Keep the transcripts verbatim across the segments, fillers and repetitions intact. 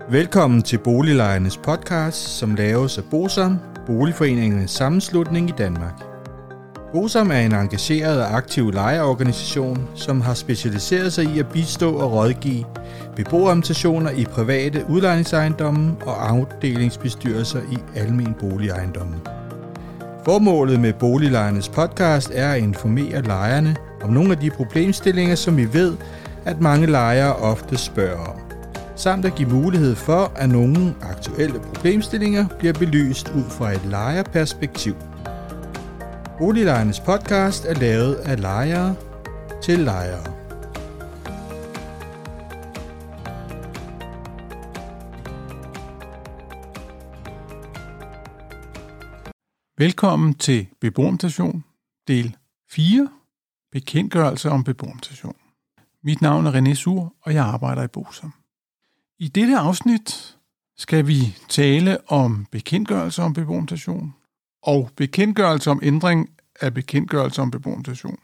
Velkommen til Boliglejernes podcast, som laves af BOSAM, Boligforeningernes Sammenslutning i Danmark. BOSAM er en engageret og aktiv lejerorganisation, som har specialiseret sig i at bistå og rådgive beboerrepræsentationer i private udlejningsejendomme og afdelingsbestyrelser i almen boligejendomme. Formålet med Boliglejernes podcast er at informere lejerne om nogle af de problemstillinger, som vi ved, at mange lejere ofte spørger om, samt at give mulighed for, at nogle aktuelle problemstillinger bliver belyst ud fra et lejerperspektiv. Boliglejernes podcast er lavet af lejere til lejere. Velkommen til beboerrepræsentation, del fire, bekendtgørelse om beboerrepræsentation. Mit navn er René Sur, og jeg arbejder i BOSAM. I dette afsnit skal vi tale om bekendtgørelse om beboerrepræsentation og bekendtgørelse om ændring af bekendtgørelse om beboerrepræsentation.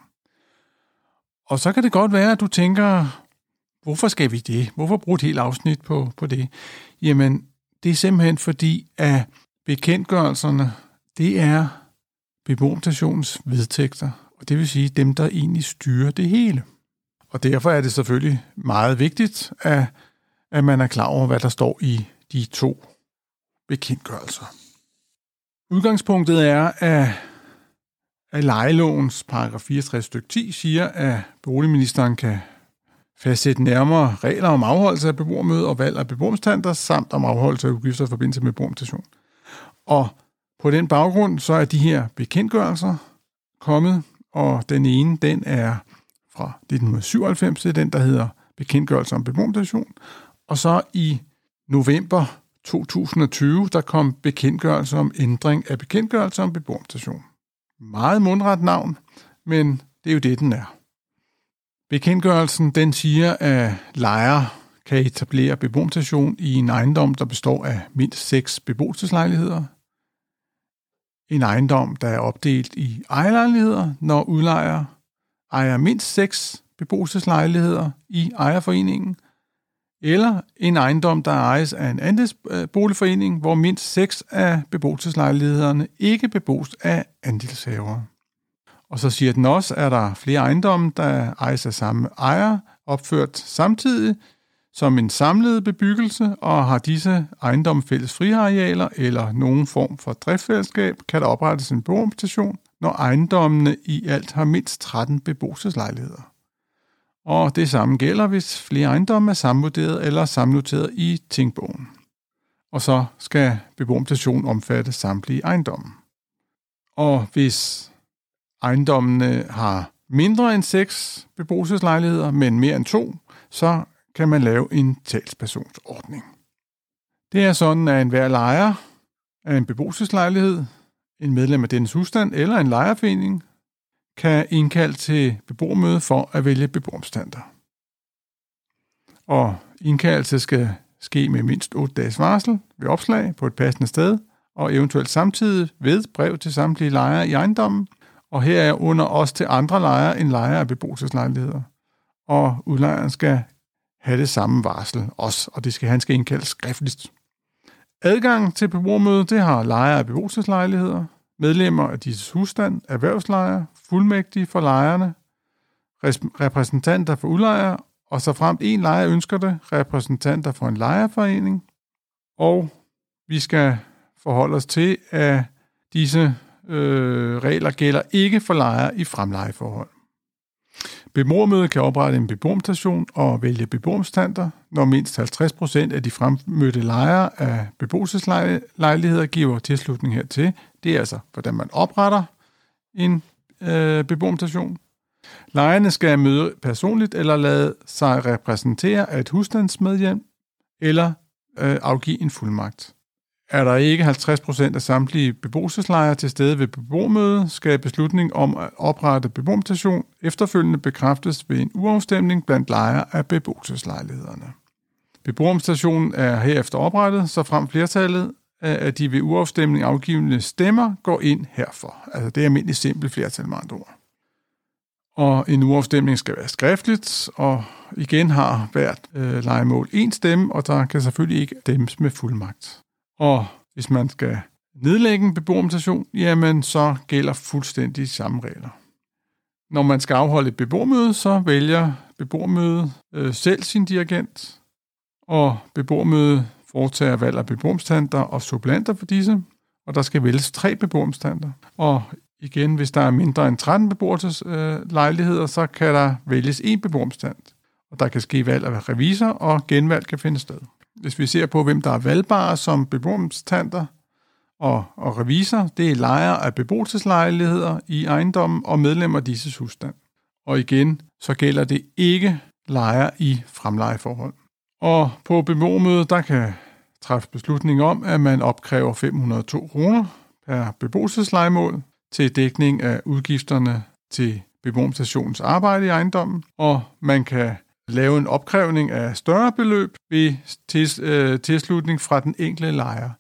Og så kan det godt være, at du tænker, hvorfor skal vi det? Hvorfor bruge et helt afsnit på, på det? Jamen, det er simpelthen fordi, at bekendtgørelserne, det er beboerrepræsentationens vedtægter, og det vil sige dem, der egentlig styrer det hele. Og derfor er det selvfølgelig meget vigtigt, at, at man er klar over, hvad der står i de to bekendtgørelser. Udgangspunktet er, at, at lejelovens paragraf fireogtres stykke ti siger, at boligministeren kan fastsætte nærmere regler om afholdelse af beboermøder og valg af beboerrepræsentanter, samt om afholdelse af udgifter i forbindelse med beboerrepræsentation. Og på den baggrund, så er de her bekendtgørelser kommet, og den ene, den er fra nitten syvoghalvfems, det er den, der hedder bekendtgørelse om beboerrepræsentation. Og så i november to tusind og tyve, der kom bekendtgørelse om ændring af bekendtgørelse om beboerrepræsentation. Meget mundret navn, men det er jo det, den er. Bekendtgørelsen, den siger, at lejer kan etablere beboerrepræsentation i en ejendom, der består af mindst seks beboelseslejligheder. En ejendom, der er opdelt i ejerlejligheder, når udlejer ejer mindst seks beboelseslejligheder i ejerforeningen, eller en ejendom, der ejes af en andelsboligforening, hvor mindst seks af beboelseslejlighederne ikke bebos af andelshavere. Og så siger den også, at der er flere ejendomme, der ejes af samme ejer, opført samtidig som en samlet bebyggelse, og har disse ejendomme fælles friarealer eller nogen form for driftsfællesskab, kan der oprettes en beboerrepræsentation, når ejendommene i alt har mindst tretten beboelseslejligheder. Og det samme gælder, hvis flere ejendomme er sammenvurderet eller sammennoteret i tingbogen. Og så skal beboerrepræsentation omfatte samtlige ejendomme. Og hvis ejendommene har mindre end seks beboelseslejligheder, men mere end to, så kan man lave en talspersonsordning. Det er sådan, at enhver lejer af en beboelseslejlighed, en medlem af dennes husstand eller en lejerforening kan indkalde til beboermøde for at vælge beboerrepræsentanter. Og indkaldelse skal ske med mindst otte dages varsel ved opslag på et passende sted, og eventuelt samtidig ved brev til samtlige lejere i ejendommen, og her er under også til andre lejere end lejere af beboelseslejligheder. Og udlejeren skal have det samme varsel også, og det skal han skal indkaldes skriftligt. Adgang til beboermøde, det har lejere af beboelseslejligheder, medlemmer af disse husstand, erhvervslejere, fuldmægtige for lejerne, repræsentanter for udlejere, og så fremt en lejer ønsker det, repræsentanter for en lejerforening. Og vi skal forholde os til, at disse øh, regler gælder ikke for lejere i fremlejeforhold. Beboermødet kan oprette en beboerrepræsentation og vælge beboerrepræsentanter, når mindst halvtreds procent af de fremmødte lejere af beboelseslejligheder giver tilslutning hertil. Det er altså, hvordan man opretter en øh, beboerrepræsentation. Lejerne skal møde personligt eller lade sig repræsentere af et husstandsmedhjem eller øh, afgive en fuldmagt. Er der ikke halvtreds procent af samtlige beboelseslejere til stede ved beboermødet, skal beslutning om at oprette beboerrepræsentation efterfølgende bekræftes ved en urafstemning blandt lejere af beboelseslejlighederne. Beboerrepræsentationen er herefter oprettet, så frem flertallet af de ved urafstemning afgivende stemmer går ind herfor. Altså det er almindeligt simpelt flertal med andre ord. Og en urafstemning skal være skriftligt, og igen har hvert øh, lejemål én stemme, og der kan selvfølgelig ikke stemmes med fuldmagt. Og hvis man skal nedlægge en beboermutation, jamen så gælder fuldstændig samme regler. Når man skal afholde et beboermøde, så vælger beboermødet øh, selv sin dirigent, og beboermødet foretager valg af beboermedlemmer og suppleanter for disse, og der skal vælges tre beboermedlemmer. Og igen, hvis der er mindre end tretten beboelseslejligheder, så kan der vælges én beboermedlem, og der kan ske valg af revisor, og genvalg kan finde sted. Hvis vi ser på, hvem der er valgbare som beboermedlemmer og, og revisor, det er lejere af beboelseslejligheder i ejendommen og medlemmer af disses husstand. Og igen, så gælder det ikke lejere i fremlejeforhold. Og på beboermødet, der kan træffe beslutning om, at man opkræver fem hundrede og to kroner per beboelseslejemål til dækning af udgifterne til beboerstationens arbejde i ejendommen, og man kan lave en opkrævning af større beløb ved tilslutning fra den enkelte lejer.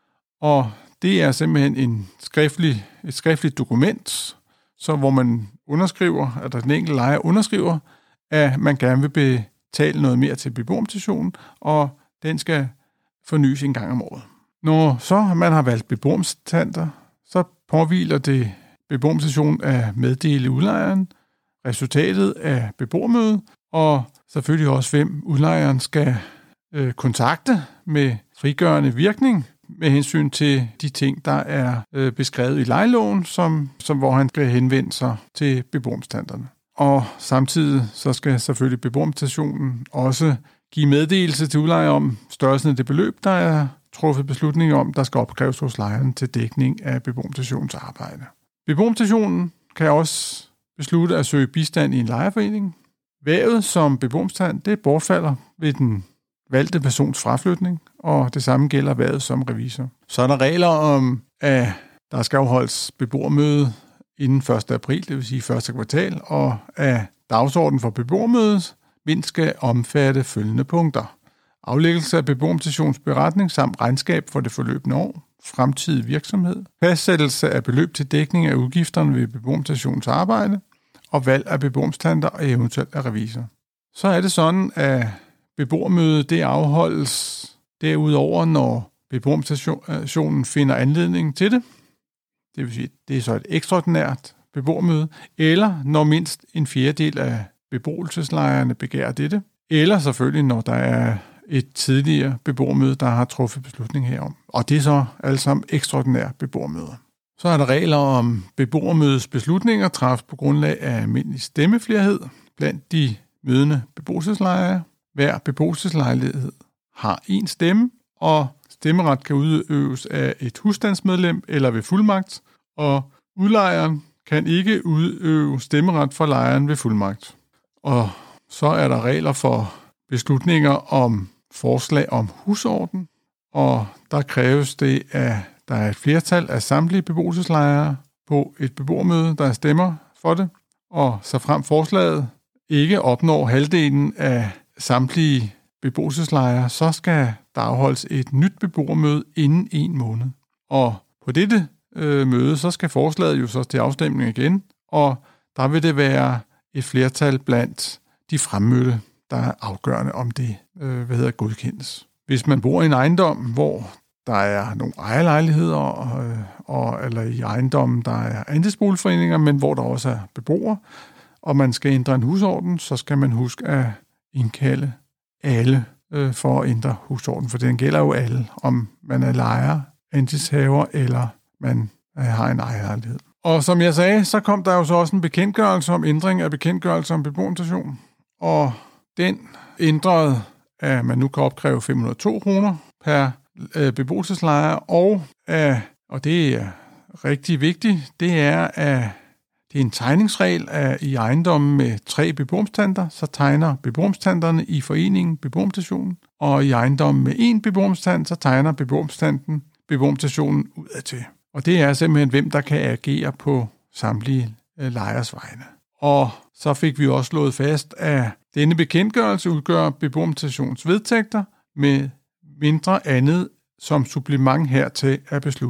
Og det er simpelthen en skriftlig, et skriftligt dokument, så hvor man underskriver, at den enkelte lejer underskriver, at man gerne vil betale noget mere til beboerstationen, og den skal fornyes en gang om året. Når så man har valgt beboermedlemmer, så påhviler det beboerstationen at meddele udlejeren resultatet af beboermødet, og selvfølgelig også, hvem udlejeren skal øh, kontakte med frigørende virkning med hensyn til de ting, der er øh, beskrevet i lejeloven, som, som, hvor han skal henvende sig til beboermedlemmerne. Og samtidig så skal selvfølgelig beboerstationen også give meddelelse til udlejer om størrelsen af det beløb, der er truffet beslutning om, der skal opkræves hos lejeren til dækning af beboerstationens arbejde. Beboerstationen kan også beslutte at søge bistand i en lejerforening. Hvervet som beboermedlem, det bortfalder ved den valgte persons fraflytning, og det samme gælder hvervet som revisor. Så er der regler om, at der skal afholdes beboermøde inden første april, det vil sige første kvartal, og at dagsordenen for beboermødet mindst skal omfatte følgende punkter: aflæggelse af beboerstationsberetning samt regnskab for det forløbende år, fremtidig virksomhed, fastsættelse af beløb til dækning af udgifterne ved beboerstationens arbejde, og valg af beboermedlemmer og eventuelt af revisor. Så er det sådan, at beboermødet det afholdes derudover, når beboerstationen finder anledning til det. Det vil sige, det er så et ekstraordinært beboermøde, eller når mindst en fjerdedel af beboelseslejerne begærer dette, eller selvfølgelig, når der er et tidligere beboermøde, der har truffet beslutning herom. Og det er så alle sammen ekstraordinære beboermøder. Så er der regler om beboermødets beslutninger træffes på grundlag af almindelig stemmeflerhed blandt de mødende beboelseslejere. Hver beboelseslejlighed har én stemme, og stemmeret kan udøves af et husstandsmedlem eller ved fuldmagt, og udlejeren kan ikke udøve stemmeret for lejeren ved fuldmagt. Og så er der regler for beslutninger om forslag om husorden, og der kræves det, at der er et flertal af samtlige beboelseslejere på et beboermøde, der stemmer for det, og så frem forslaget ikke opnår halvdelen af samtlige beboelseslejere, så skal der afholdes et nyt beboermøde inden en måned. Og på dette øh, møde, så skal forslaget jo så til afstemning igen, og der vil det være et flertal blandt de fremmødte, der er afgørende om det, øh, hvad hedder, godkendes. Hvis man bor i en ejendom, hvor der er nogle ejerlejligheder, og, og, eller i ejendommen, der er andelsboligforeninger, men hvor der også er beboere, og man skal ændre en husorden, så skal man huske at indkalde alle øh, for at ændre husorden, for den gælder jo alle, om man er lejer, andelshaver, eller man øh, har en ejerlejlighed. Og som jeg sagde, så kom der jo så også en bekendtgørelse om ændring af bekendtgørelse om beboerstation, og den ændrede, at man nu kan opkræve fem hundrede og to kroner per øh, beboelseslejer, og, øh, og det er rigtig vigtigt, det er, at det er en tegningsregel, at i ejendommen med tre beboermedlemmer, så tegner beboermedlemmerne i foreningen beboerstationen, og i ejendommen med én beboermedlem, så tegner beboermedlemmen beboerstationen udadtil. Og det er simpelthen, hvem der kan agere på samtlige øh, lejers vegne. Og så fik vi også slået fast, at denne bekendtgørelse udgør beboerstationens vedtægter med mindre andet som supplement hertil er besluttet.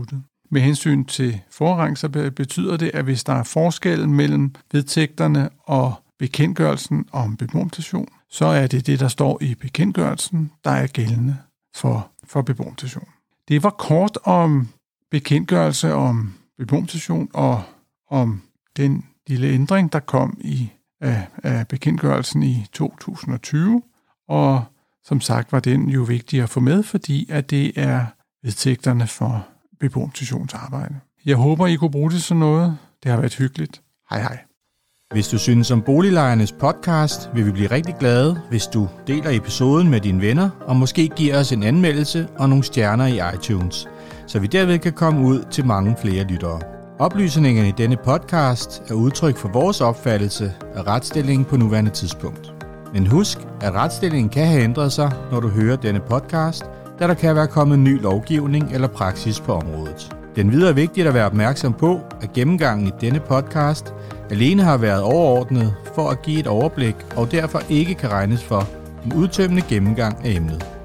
Med hensyn til forrang, så betyder det, at hvis der er forskel mellem vedtægterne og bekendtgørelsen om beboermutation, så er det det, der står i bekendtgørelsen, der er gældende for, for beboermutation. Det var kort om bekendtgørelse om beboermutation og om den lille ændring, der kom i af, af bekendtgørelsen i to tusind og tyve, og som sagt var den jo vigtig at få med, fordi at det er vedtægterne for beboermusationsarbejde. Jeg håber, I kunne bruge det sådan noget. Det har været hyggeligt. Hej hej. Hvis du synes om Boliglejernes podcast, vil vi blive rigtig glade, hvis du deler episoden med dine venner, og måske giver os en anmeldelse og nogle stjerner i iTunes, så vi derved kan komme ud til mange flere lyttere. Oplysningerne i denne podcast er udtryk for vores opfattelse af retsstillingen på nuværende tidspunkt. Men husk, at retsstillingen kan have ændret sig, når du hører denne podcast, da der kan være kommet ny lovgivning eller praksis på området. Den videre er vigtigt at være opmærksom på, at gennemgangen i denne podcast alene har været overordnet for at give et overblik og derfor ikke kan regnes for en udtømmende gennemgang af emnet.